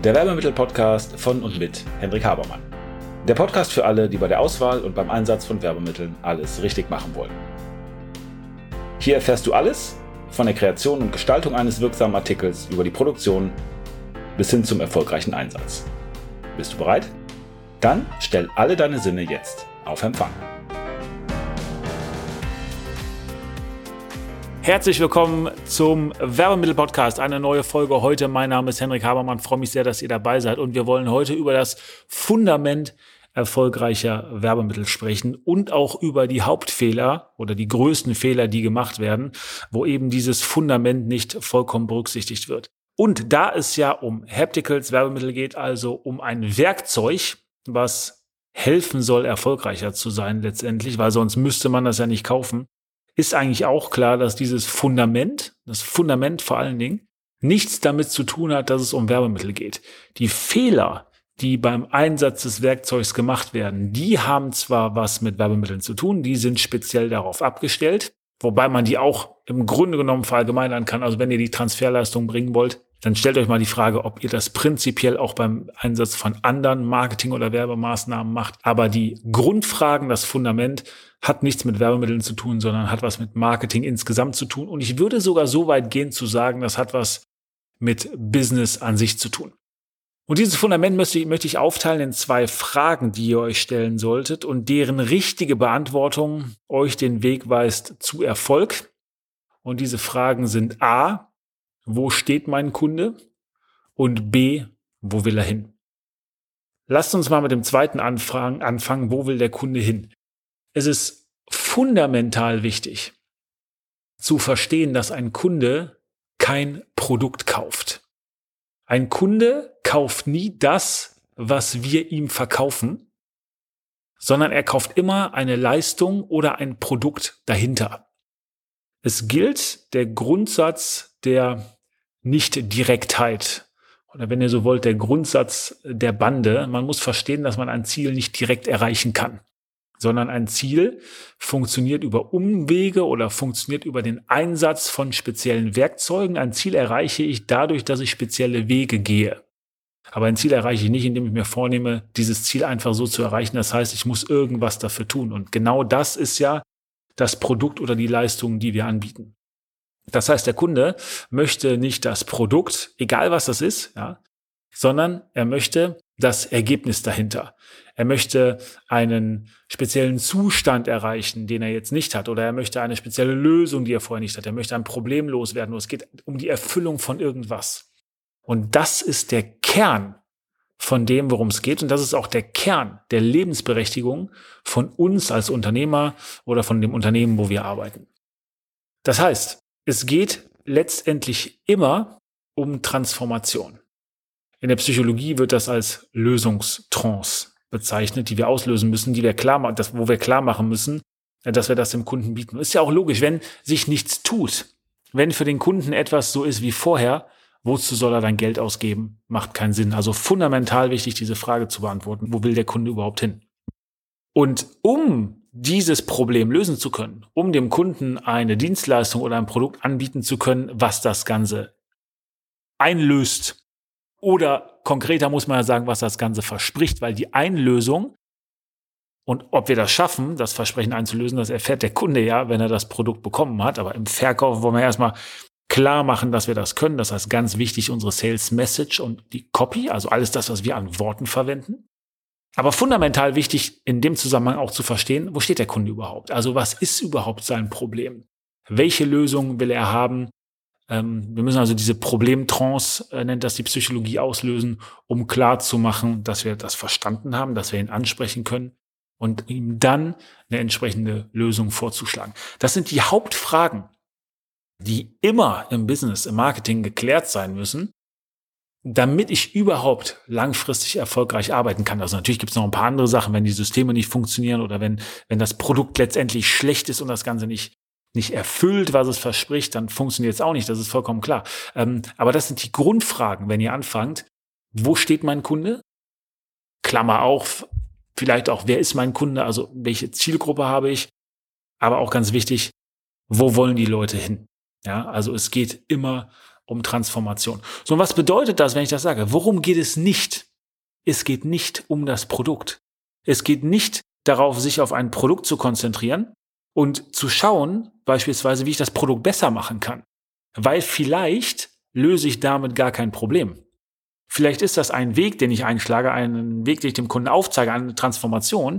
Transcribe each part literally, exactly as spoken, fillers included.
der Werbemittel-Podcast von und mit Hendrik Habermann. Der Podcast für alle, die bei der Auswahl und beim Einsatz von Werbemitteln alles richtig machen wollen. Hier erfährst du alles von der Kreation und Gestaltung eines wirksamen Artikels über die Produktion bis hin zum erfolgreichen Einsatz. Bist du bereit? Dann stell alle deine Sinne jetzt auf Empfang. Herzlich willkommen zum Werbemittel-Podcast, eine neue Folge heute. Mein Name ist Hendrik Habermann, freue mich sehr, dass ihr dabei seid und wir wollen heute über das Fundament erfolgreicher Werbemittel sprechen und auch über die Hauptfehler oder die größten Fehler, die gemacht werden, wo eben dieses Fundament nicht vollkommen berücksichtigt wird. Und da es ja um Hapticals, Werbemittel geht, also um ein Werkzeug, was helfen soll, erfolgreicher zu sein letztendlich, weil sonst müsste man das ja nicht kaufen, ist eigentlich auch klar, dass dieses Fundament, das Fundament vor allen Dingen, nichts damit zu tun hat, dass es um Werbemittel geht. Die Fehler, die beim Einsatz des Werkzeugs gemacht werden, die haben zwar was mit Werbemitteln zu tun, die sind speziell darauf abgestellt, wobei man die auch im Grunde genommen verallgemeinern kann. Also wenn ihr die Transferleistung bringen wollt, dann stellt euch mal die Frage, ob ihr das prinzipiell auch beim Einsatz von anderen Marketing- oder Werbemaßnahmen macht. Aber die Grundfragen, das Fundament, hat nichts mit Werbemitteln zu tun, sondern hat was mit Marketing insgesamt zu tun. Und ich würde sogar so weit gehen zu sagen, das hat was mit Business an sich zu tun. Und dieses Fundament möchte ich, möchte ich aufteilen in zwei Fragen, die ihr euch stellen solltet und deren richtige Beantwortung euch den Weg weist zu Erfolg. Und diese Fragen sind A: Wo steht mein Kunde? Und B: Wo will er hin? Lasst uns mal mit dem zweiten anfangen, anfangen. Wo will der Kunde hin? Es ist fundamental wichtig zu verstehen, dass ein Kunde kein Produkt kauft. Ein Kunde kauft nie das, was wir ihm verkaufen, sondern er kauft immer eine Leistung oder ein Produkt dahinter. Es gilt der Grundsatz der Nicht-Direktheit oder wenn ihr so wollt, der Grundsatz der Bande. Man muss verstehen, dass man ein Ziel nicht direkt erreichen kann, sondern ein Ziel funktioniert über Umwege oder funktioniert über den Einsatz von speziellen Werkzeugen. Ein Ziel erreiche ich dadurch, dass ich spezielle Wege gehe. Aber ein Ziel erreiche ich nicht, indem ich mir vornehme, dieses Ziel einfach so zu erreichen. Das heißt, ich muss irgendwas dafür tun. Und genau das ist ja das Produkt oder die Leistung, die wir anbieten. Das heißt, der Kunde möchte nicht das Produkt, egal was das ist, ja, sondern er möchte das Ergebnis dahinter. Er möchte einen speziellen Zustand erreichen, den er jetzt nicht hat. Oder er möchte eine spezielle Lösung, die er vorher nicht hat. Er möchte ein Problem loswerden. Es geht um die Erfüllung von irgendwas. Und das ist der Kern von dem, worum es geht. Und das ist auch der Kern der Lebensberechtigung von uns als Unternehmer oder von dem Unternehmen, wo wir arbeiten. Das heißt, es geht letztendlich immer um Transformation. In der Psychologie wird das als Lösungstrance bezeichnet, die wir auslösen müssen, die wir klar machen, das, wo wir klar machen müssen, dass wir das dem Kunden bieten. Ist ja auch logisch, wenn sich nichts tut, wenn für den Kunden etwas so ist wie vorher, wozu soll er dann Geld ausgeben? Macht keinen Sinn. Also fundamental wichtig, diese Frage zu beantworten. Wo will der Kunde überhaupt hin? Und um dieses Problem lösen zu können, um dem Kunden eine Dienstleistung oder ein Produkt anbieten zu können, was das Ganze einlöst, oder konkreter muss man ja sagen, was das Ganze verspricht, weil die Einlösung und ob wir das schaffen, das Versprechen einzulösen, das erfährt der Kunde ja, wenn er das Produkt bekommen hat. Aber im Verkauf wollen wir erstmal klar machen, dass wir das können. Das heißt, ganz wichtig, unsere Sales Message und die Copy, also alles das, was wir an Worten verwenden. Aber fundamental wichtig, in dem Zusammenhang auch zu verstehen, wo steht der Kunde überhaupt? Also was ist überhaupt sein Problem? Welche Lösung will er haben? Ähm, wir müssen also diese Problemtrance, äh, nennt das die Psychologie, auslösen, um klar zu machen, dass wir das verstanden haben, dass wir ihn ansprechen können und ihm dann eine entsprechende Lösung vorzuschlagen. Das sind die Hauptfragen, die immer im Business, im Marketing geklärt sein müssen, damit ich überhaupt langfristig erfolgreich arbeiten kann. Also natürlich gibt es noch ein paar andere Sachen, wenn die Systeme nicht funktionieren oder wenn, wenn das Produkt letztendlich schlecht ist und das Ganze nicht nicht erfüllt, was es verspricht, dann funktioniert es auch nicht, das ist vollkommen klar. Ähm, aber das sind die Grundfragen, wenn ihr anfangt. Wo steht mein Kunde? Klammer auf, vielleicht auch, wer ist mein Kunde, also welche Zielgruppe habe ich? Aber auch ganz wichtig, wo wollen die Leute hin? Ja, also es geht immer um Transformation. So, und was bedeutet das, wenn ich das sage? Worum geht es nicht? Es geht nicht um das Produkt. Es geht nicht darauf, sich auf ein Produkt zu konzentrieren und zu schauen, beispielsweise, wie ich das Produkt besser machen kann. Weil vielleicht löse ich damit gar kein Problem. Vielleicht ist das ein Weg, den ich einschlage, einen Weg, den ich dem Kunden aufzeige, eine Transformation,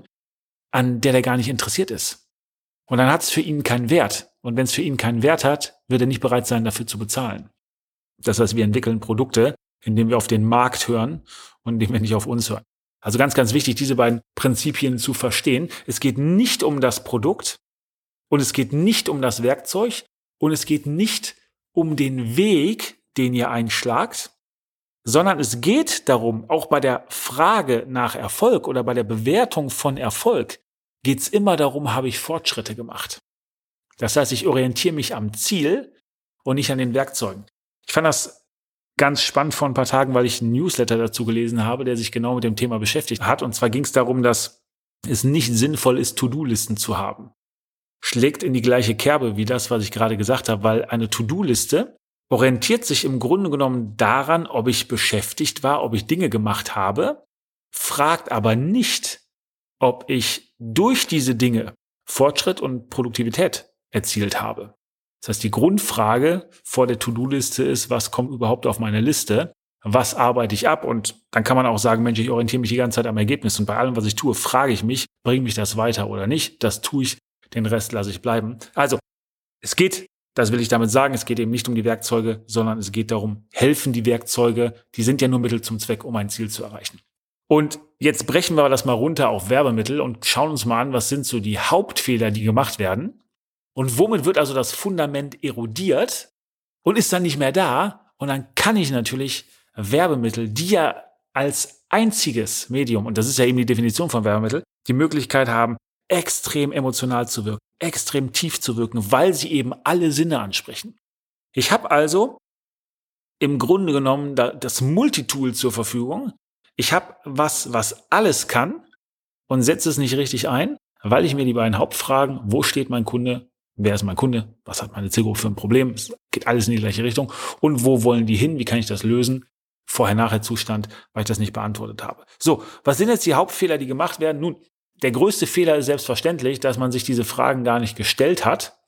an der der gar nicht interessiert ist. Und dann hat es für ihn keinen Wert. Und wenn es für ihn keinen Wert hat, wird er nicht bereit sein, dafür zu bezahlen. Das heißt, wir entwickeln Produkte, indem wir auf den Markt hören und indem wir nicht auf uns hören. Also ganz, ganz wichtig, diese beiden Prinzipien zu verstehen. Es geht nicht um das Produkt und es geht nicht um das Werkzeug und es geht nicht um den Weg, den ihr einschlagt, sondern es geht darum, auch bei der Frage nach Erfolg oder bei der Bewertung von Erfolg, geht es immer darum, habe ich Fortschritte gemacht. Das heißt, ich orientiere mich am Ziel und nicht an den Werkzeugen. Ich fand das ganz spannend vor ein paar Tagen, weil ich einen Newsletter dazu gelesen habe, der sich genau mit dem Thema beschäftigt hat. Und zwar ging es darum, dass es nicht sinnvoll ist, To-Do-Listen zu haben. Schlägt in die gleiche Kerbe wie das, was ich gerade gesagt habe, weil eine To-Do-Liste orientiert sich im Grunde genommen daran, ob ich beschäftigt war, ob ich Dinge gemacht habe, fragt aber nicht, ob ich durch diese Dinge Fortschritt und Produktivität erzielt habe. Das heißt, die Grundfrage vor der To-Do-Liste ist, was kommt überhaupt auf meine Liste? Was arbeite ich ab? Und dann kann man auch sagen, Mensch, ich orientiere mich die ganze Zeit am Ergebnis. Und bei allem, was ich tue, frage ich mich, bringt mich das weiter oder nicht? Das tue ich, den Rest lasse ich bleiben. Also, es geht, das will ich damit sagen, es geht eben nicht um die Werkzeuge, sondern es geht darum, helfen die Werkzeuge, die sind ja nur Mittel zum Zweck, um ein Ziel zu erreichen. Und jetzt brechen wir das mal runter auf Werbemittel und schauen uns mal an, was sind so die Hauptfehler, die gemacht werden. Und womit wird also das Fundament erodiert und ist dann nicht mehr da? Und dann kann ich natürlich Werbemittel, die ja als einziges Medium, und das ist ja eben die Definition von Werbemittel, die Möglichkeit haben, extrem emotional zu wirken, extrem tief zu wirken, weil sie eben alle Sinne ansprechen. Ich habe also im Grunde genommen das Multitool zur Verfügung. Ich habe was, was alles kann und setze es nicht richtig ein, weil ich mir die beiden Hauptfragen, wo steht mein Kunde, wer ist mein Kunde, was hat meine Zielgruppe für ein Problem, es geht alles in die gleiche Richtung und wo wollen die hin, wie kann ich das lösen, Vorher-Nachher-Zustand, weil ich das nicht beantwortet habe. So, was sind jetzt die Hauptfehler, die gemacht werden? Nun, der größte Fehler ist selbstverständlich, dass man sich diese Fragen gar nicht gestellt hat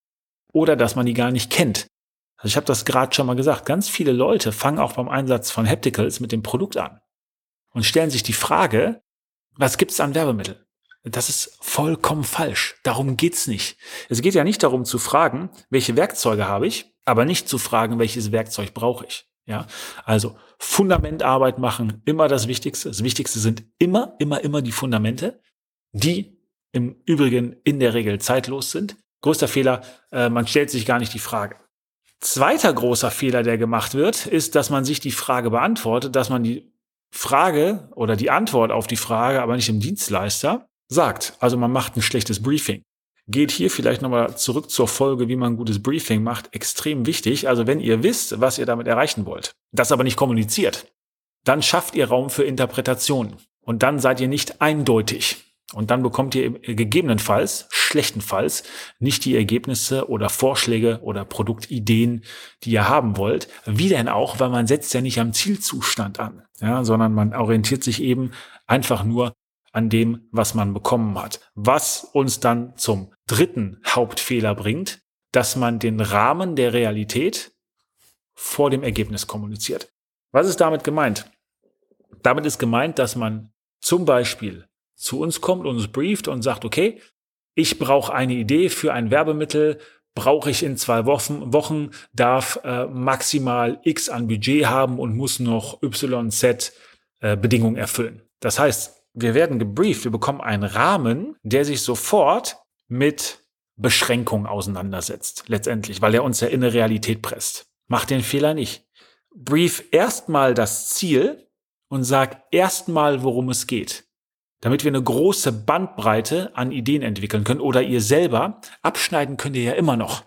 oder dass man die gar nicht kennt. Also ich habe das gerade schon mal gesagt, ganz viele Leute fangen auch beim Einsatz von Hapticals mit dem Produkt an und stellen sich die Frage, was gibt es an Werbemitteln? Das ist vollkommen falsch. Darum geht's nicht. Es geht ja nicht darum zu fragen, welche Werkzeuge habe ich, aber nicht zu fragen, welches Werkzeug brauche ich. Ja, also Fundamentarbeit machen, immer das Wichtigste. Das Wichtigste sind immer, immer, immer die Fundamente, die im Übrigen in der Regel zeitlos sind. Größter Fehler, äh, man stellt sich gar nicht die Frage. Zweiter großer Fehler, der gemacht wird, ist, dass man sich die Frage beantwortet, dass man die Frage oder die Antwort auf die Frage, aber nicht dem Dienstleister, sagt. Also man macht ein schlechtes Briefing. Geht hier vielleicht nochmal zurück zur Folge, wie man ein gutes Briefing macht, extrem wichtig. Also wenn ihr wisst, was ihr damit erreichen wollt, das aber nicht kommuniziert, dann schafft ihr Raum für Interpretationen. Und dann seid ihr nicht eindeutig. Und dann bekommt ihr gegebenenfalls, schlechtenfalls, nicht die Ergebnisse oder Vorschläge oder Produktideen, die ihr haben wollt. Wie denn auch, weil man setzt ja nicht am Zielzustand an, ja, sondern man orientiert sich eben einfach nur an dem, was man bekommen hat. Was uns dann zum dritten Hauptfehler bringt, dass man den Rahmen der Realität vor dem Ergebnis kommuniziert. Was ist damit gemeint? Damit ist gemeint, dass man zum Beispiel zu uns kommt und uns brieft und sagt, okay, ich brauche eine Idee für ein Werbemittel, brauche ich in zwei Wochen, Wochen darf äh, maximal X an Budget haben und muss noch Y Z äh, Bedingungen erfüllen. Das heißt, wir werden gebrieft, wir bekommen einen Rahmen, der sich sofort mit Beschränkungen auseinandersetzt, letztendlich, weil er uns ja in eine Realität presst. Macht den Fehler nicht. Brief erstmal das Ziel und sag erstmal, worum es geht, damit wir eine große Bandbreite an Ideen entwickeln können oder ihr selber abschneiden könnt ihr ja immer noch.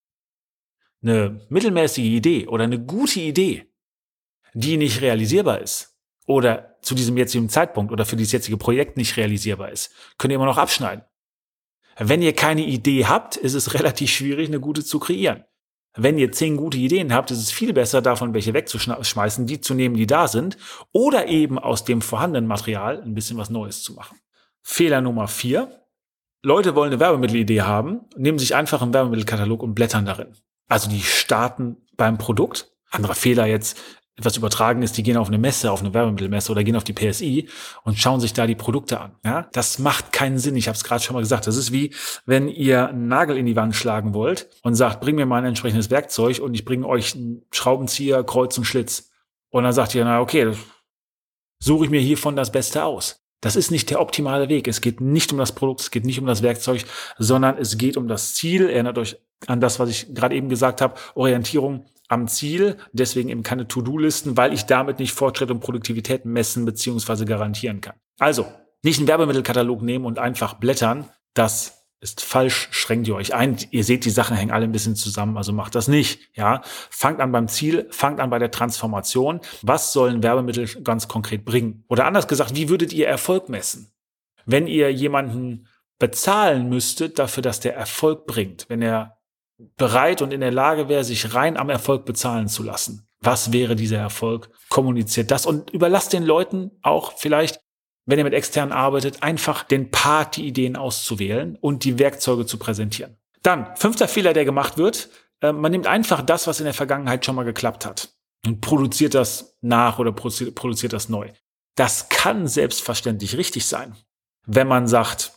Eine mittelmäßige Idee oder eine gute Idee, die nicht realisierbar ist, oder zu diesem jetzigen Zeitpunkt oder für dieses jetzige Projekt nicht realisierbar ist, könnt ihr immer noch abschneiden. Wenn ihr keine Idee habt, ist es relativ schwierig, eine gute zu kreieren. Wenn ihr zehn gute Ideen habt, ist es viel besser, davon welche wegzuschmeißen, die zu nehmen, die da sind, oder eben aus dem vorhandenen Material ein bisschen was Neues zu machen. Fehler Nummer vier. Leute wollen eine Werbemittelidee haben, nehmen sich einfach einen Werbemittelkatalog und blättern darin. Also die starten beim Produkt. Anderer Fehler jetzt, etwas übertragen ist, die gehen auf eine Messe, auf eine Werbemittelmesse oder gehen auf die P S I und schauen sich da die Produkte an. Ja, das macht keinen Sinn. Ich habe es gerade schon mal gesagt. Das ist wie, wenn ihr einen Nagel in die Wand schlagen wollt und sagt, bring mir mal ein entsprechendes Werkzeug und ich bringe euch einen Schraubenzieher, Kreuz und Schlitz. Und dann sagt ihr, na okay, das suche ich mir hiervon das Beste aus. Das ist nicht der optimale Weg. Es geht nicht um das Produkt, es geht nicht um das Werkzeug, sondern es geht um das Ziel. Erinnert euch an das, was ich gerade eben gesagt habe, Orientierung am Ziel, deswegen eben keine To-Do-Listen, weil ich damit nicht Fortschritt und Produktivität messen bzw. garantieren kann. Also, nicht einen Werbemittelkatalog nehmen und einfach blättern, das ist falsch, schränkt ihr euch ein. Ihr seht, die Sachen hängen alle ein bisschen zusammen, also macht das nicht. Ja, fangt an beim Ziel, fangt an bei der Transformation. Was sollen Werbemittel ganz konkret bringen? Oder anders gesagt, wie würdet ihr Erfolg messen? Wenn ihr jemanden bezahlen müsstet dafür, dass der Erfolg bringt, wenn er bereit und in der Lage wäre, sich rein am Erfolg bezahlen zu lassen. Was wäre dieser Erfolg? Kommuniziert das und überlasst den Leuten auch vielleicht, wenn ihr mit externen arbeitet, einfach den Part, die Ideen auszuwählen und die Werkzeuge zu präsentieren. Dann, fünfter Fehler, der gemacht wird, äh, man nimmt einfach das, was in der Vergangenheit schon mal geklappt hat und produziert das nach oder produziert, produziert das neu. Das kann selbstverständlich richtig sein, wenn man sagt,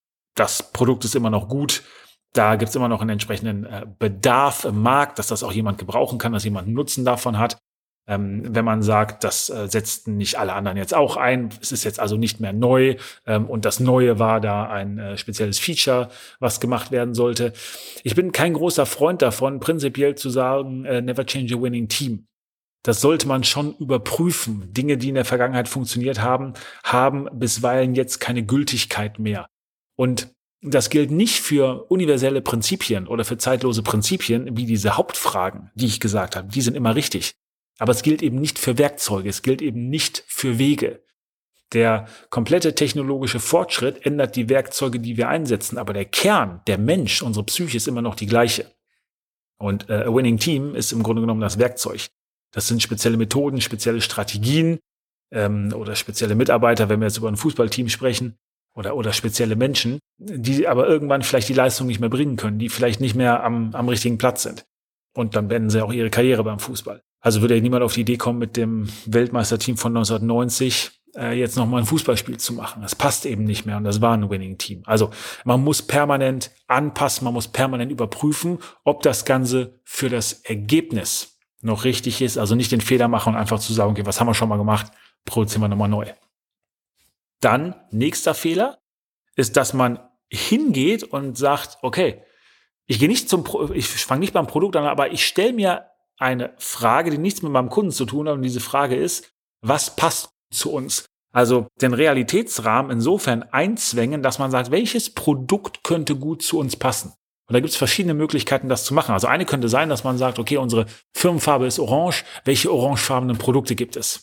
das Produkt ist immer noch gut, da gibt es immer noch einen entsprechenden äh, Bedarf im Markt, dass das auch jemand gebrauchen kann, dass jemand einen Nutzen davon hat. Ähm, wenn man sagt, das äh, setzten nicht alle anderen jetzt auch ein, es ist jetzt also nicht mehr neu ähm, und das Neue war da ein äh, spezielles Feature, was gemacht werden sollte. Ich bin kein großer Freund davon, prinzipiell zu sagen, äh, never change a winning team. Das sollte man schon überprüfen. Dinge, die in der Vergangenheit funktioniert haben, haben bisweilen jetzt keine Gültigkeit mehr. Und das gilt nicht für universelle Prinzipien oder für zeitlose Prinzipien wie diese Hauptfragen, die ich gesagt habe. Die sind immer richtig. Aber es gilt eben nicht für Werkzeuge, es gilt eben nicht für Wege. Der komplette technologische Fortschritt ändert die Werkzeuge, die wir einsetzen. Aber der Kern, der Mensch, unsere Psyche ist immer noch die gleiche. Und äh, a winning team ist im Grunde genommen das Werkzeug. Das sind spezielle Methoden, spezielle Strategien ähm, oder spezielle Mitarbeiter, wenn wir jetzt über ein Fußballteam sprechen. Oder, oder spezielle Menschen, die aber irgendwann vielleicht die Leistung nicht mehr bringen können, die vielleicht nicht mehr am, am richtigen Platz sind. Und dann beenden sie auch ihre Karriere beim Fußball. Also würde ja niemand auf die Idee kommen, mit dem Weltmeisterteam von neunzehnhundertneunzig äh, jetzt nochmal ein Fußballspiel zu machen. Das passt eben nicht mehr und das war ein Winning-Team. Also man muss permanent anpassen, man muss permanent überprüfen, ob das Ganze für das Ergebnis noch richtig ist. Also nicht den Fehler machen und einfach zu sagen, okay, was haben wir schon mal gemacht, produzieren wir nochmal neu. Dann, nächster Fehler, ist, dass man hingeht und sagt, okay, ich gehe nicht zum, Pro- ich fange nicht beim Produkt an, aber ich stelle mir eine Frage, die nichts mit meinem Kunden zu tun hat. Und diese Frage ist, was passt zu uns? Also den Realitätsrahmen insofern einzwängen, dass man sagt, welches Produkt könnte gut zu uns passen? Und da gibt es verschiedene Möglichkeiten, das zu machen. Also eine könnte sein, dass man sagt, okay, unsere Firmenfarbe ist orange. Welche orangefarbenen Produkte gibt es?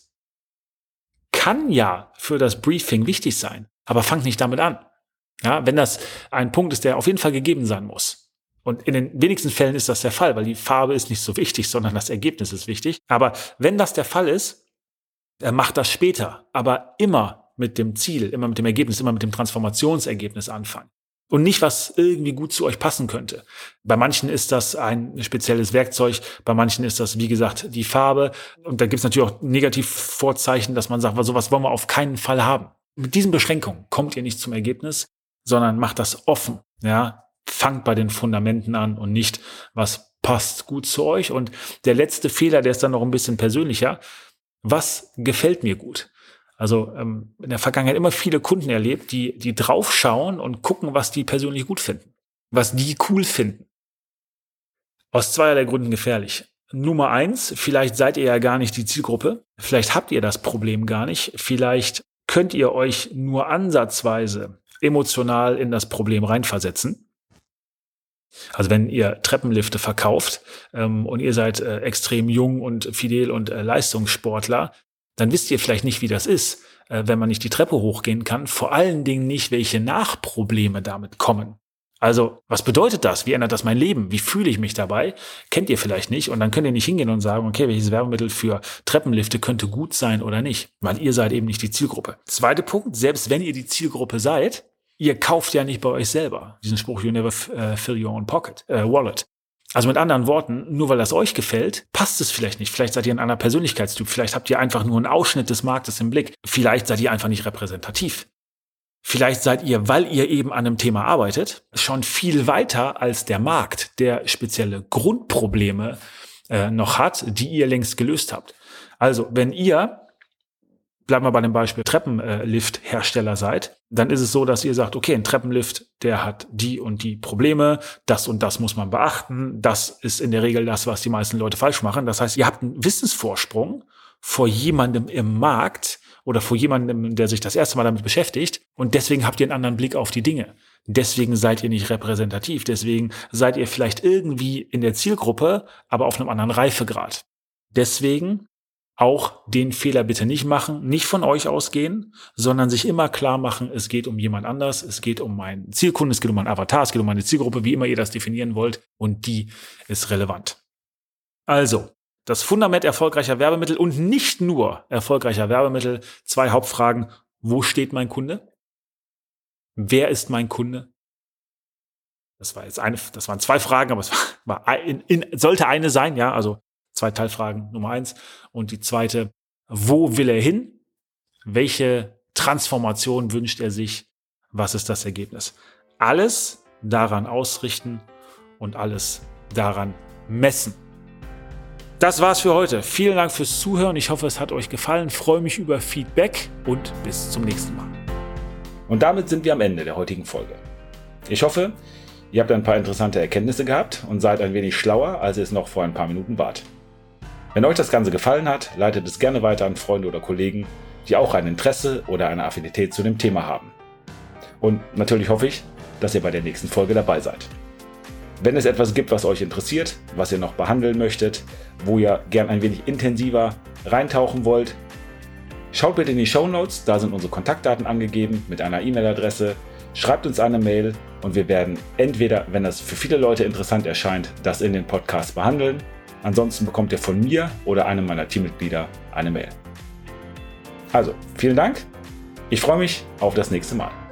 Kann ja für das Briefing wichtig sein, aber fangt nicht damit an. Ja, wenn das ein Punkt ist, der auf jeden Fall gegeben sein muss. Und in den wenigsten Fällen ist das der Fall, weil die Farbe ist nicht so wichtig, sondern das Ergebnis ist wichtig. Aber wenn das der Fall ist, macht das später, aber immer mit dem Ziel, immer mit dem Ergebnis, immer mit dem Transformationsergebnis anfangen. Und nicht, was irgendwie gut zu euch passen könnte. Bei manchen ist das ein spezielles Werkzeug, bei manchen ist das, wie gesagt, die Farbe. Und da gibt es natürlich auch Negativvorzeichen, dass man sagt, sowas wollen wir auf keinen Fall haben. Mit diesen Beschränkungen kommt ihr nicht zum Ergebnis, sondern macht das offen. Ja, fangt bei den Fundamenten an und nicht, was passt gut zu euch. Und der letzte Fehler, der ist dann noch ein bisschen persönlicher. Was gefällt mir gut? Also ähm, in der Vergangenheit immer viele Kunden erlebt, die die draufschauen und gucken, was die persönlich gut finden, was die cool finden. Aus zweierlei Gründen gefährlich. Nummer eins, vielleicht seid ihr ja gar nicht die Zielgruppe, vielleicht habt ihr das Problem gar nicht, vielleicht könnt ihr euch nur ansatzweise emotional in das Problem reinversetzen. Also wenn ihr Treppenlifte verkauft ähm, und ihr seid äh, extrem jung und fidel und äh, Leistungssportler, dann wisst ihr vielleicht nicht, wie das ist, äh, wenn man nicht die Treppe hochgehen kann. Vor allen Dingen nicht, welche Nachprobleme damit kommen. Also, was bedeutet das? Wie ändert das mein Leben? Wie fühle ich mich dabei? Kennt ihr vielleicht nicht. Und dann könnt ihr nicht hingehen und sagen, okay, welches Werbemittel für Treppenlifte könnte gut sein oder nicht. Weil ihr seid eben nicht die Zielgruppe. Zweiter Punkt, selbst wenn ihr die Zielgruppe seid, ihr kauft ja nicht bei euch selber. Diesen Spruch, you never uh, fill your own pocket, äh, wallet. Also mit anderen Worten, nur weil das euch gefällt, passt es vielleicht nicht. Vielleicht seid ihr ein anderer Persönlichkeitstyp. Vielleicht habt ihr einfach nur einen Ausschnitt des Marktes im Blick. Vielleicht seid ihr einfach nicht repräsentativ. Vielleicht seid ihr, weil ihr eben an einem Thema arbeitet, schon viel weiter als der Markt, der spezielle Grundprobleme äh, noch hat, die ihr längst gelöst habt. Also, wenn ihr, bleiben wir bei dem Beispiel Treppenlift-Hersteller seid, dann ist es so, dass ihr sagt, okay, ein Treppenlift, der hat die und die Probleme, das und das muss man beachten, das ist in der Regel das, was die meisten Leute falsch machen. Das heißt, ihr habt einen Wissensvorsprung vor jemandem im Markt, oder vor jemandem, der sich das erste Mal damit beschäftigt. Und deswegen habt ihr einen anderen Blick auf die Dinge. Deswegen seid ihr nicht repräsentativ. Deswegen seid ihr vielleicht irgendwie in der Zielgruppe, aber auf einem anderen Reifegrad. Deswegen auch den Fehler bitte nicht machen, nicht von euch ausgehen, sondern sich immer klar machen, es geht um jemand anders, es geht um meinen Zielkunden, es geht um meinen Avatar, es geht um meine Zielgruppe, wie immer ihr das definieren wollt. Und die ist relevant. Also, das Fundament erfolgreicher Werbemittel und nicht nur erfolgreicher Werbemittel. Zwei Hauptfragen. Wo steht mein Kunde? Wer ist mein Kunde? Das war jetzt eine, das waren zwei Fragen, aber es war in, in, sollte eine sein, ja, also zwei Teilfragen. Nummer eins. Und die zweite, wo will er hin? Welche Transformation wünscht er sich? Was ist das Ergebnis? Alles daran ausrichten und alles daran messen. Das war's für heute. Vielen Dank fürs Zuhören. Ich hoffe, es hat euch gefallen. Ich freue mich über Feedback und bis zum nächsten Mal. Und damit sind wir am Ende der heutigen Folge. Ich hoffe, ihr habt ein paar interessante Erkenntnisse gehabt und seid ein wenig schlauer, als ihr es noch vor ein paar Minuten wart. Wenn euch das Ganze gefallen hat, leitet es gerne weiter an Freunde oder Kollegen, die auch ein Interesse oder eine Affinität zu dem Thema haben. Und natürlich hoffe ich, dass ihr bei der nächsten Folge dabei seid. Wenn es etwas gibt, was euch interessiert, was ihr noch behandeln möchtet, wo ihr gern ein wenig intensiver reintauchen wollt, schaut bitte in die Shownotes, da sind unsere Kontaktdaten angegeben mit einer E-Mail-Adresse. Schreibt uns eine Mail und wir werden entweder, wenn das für viele Leute interessant erscheint, das in den Podcast behandeln. Ansonsten bekommt ihr von mir oder einem meiner Teammitglieder eine Mail. Also, vielen Dank. Ich freue mich auf das nächste Mal.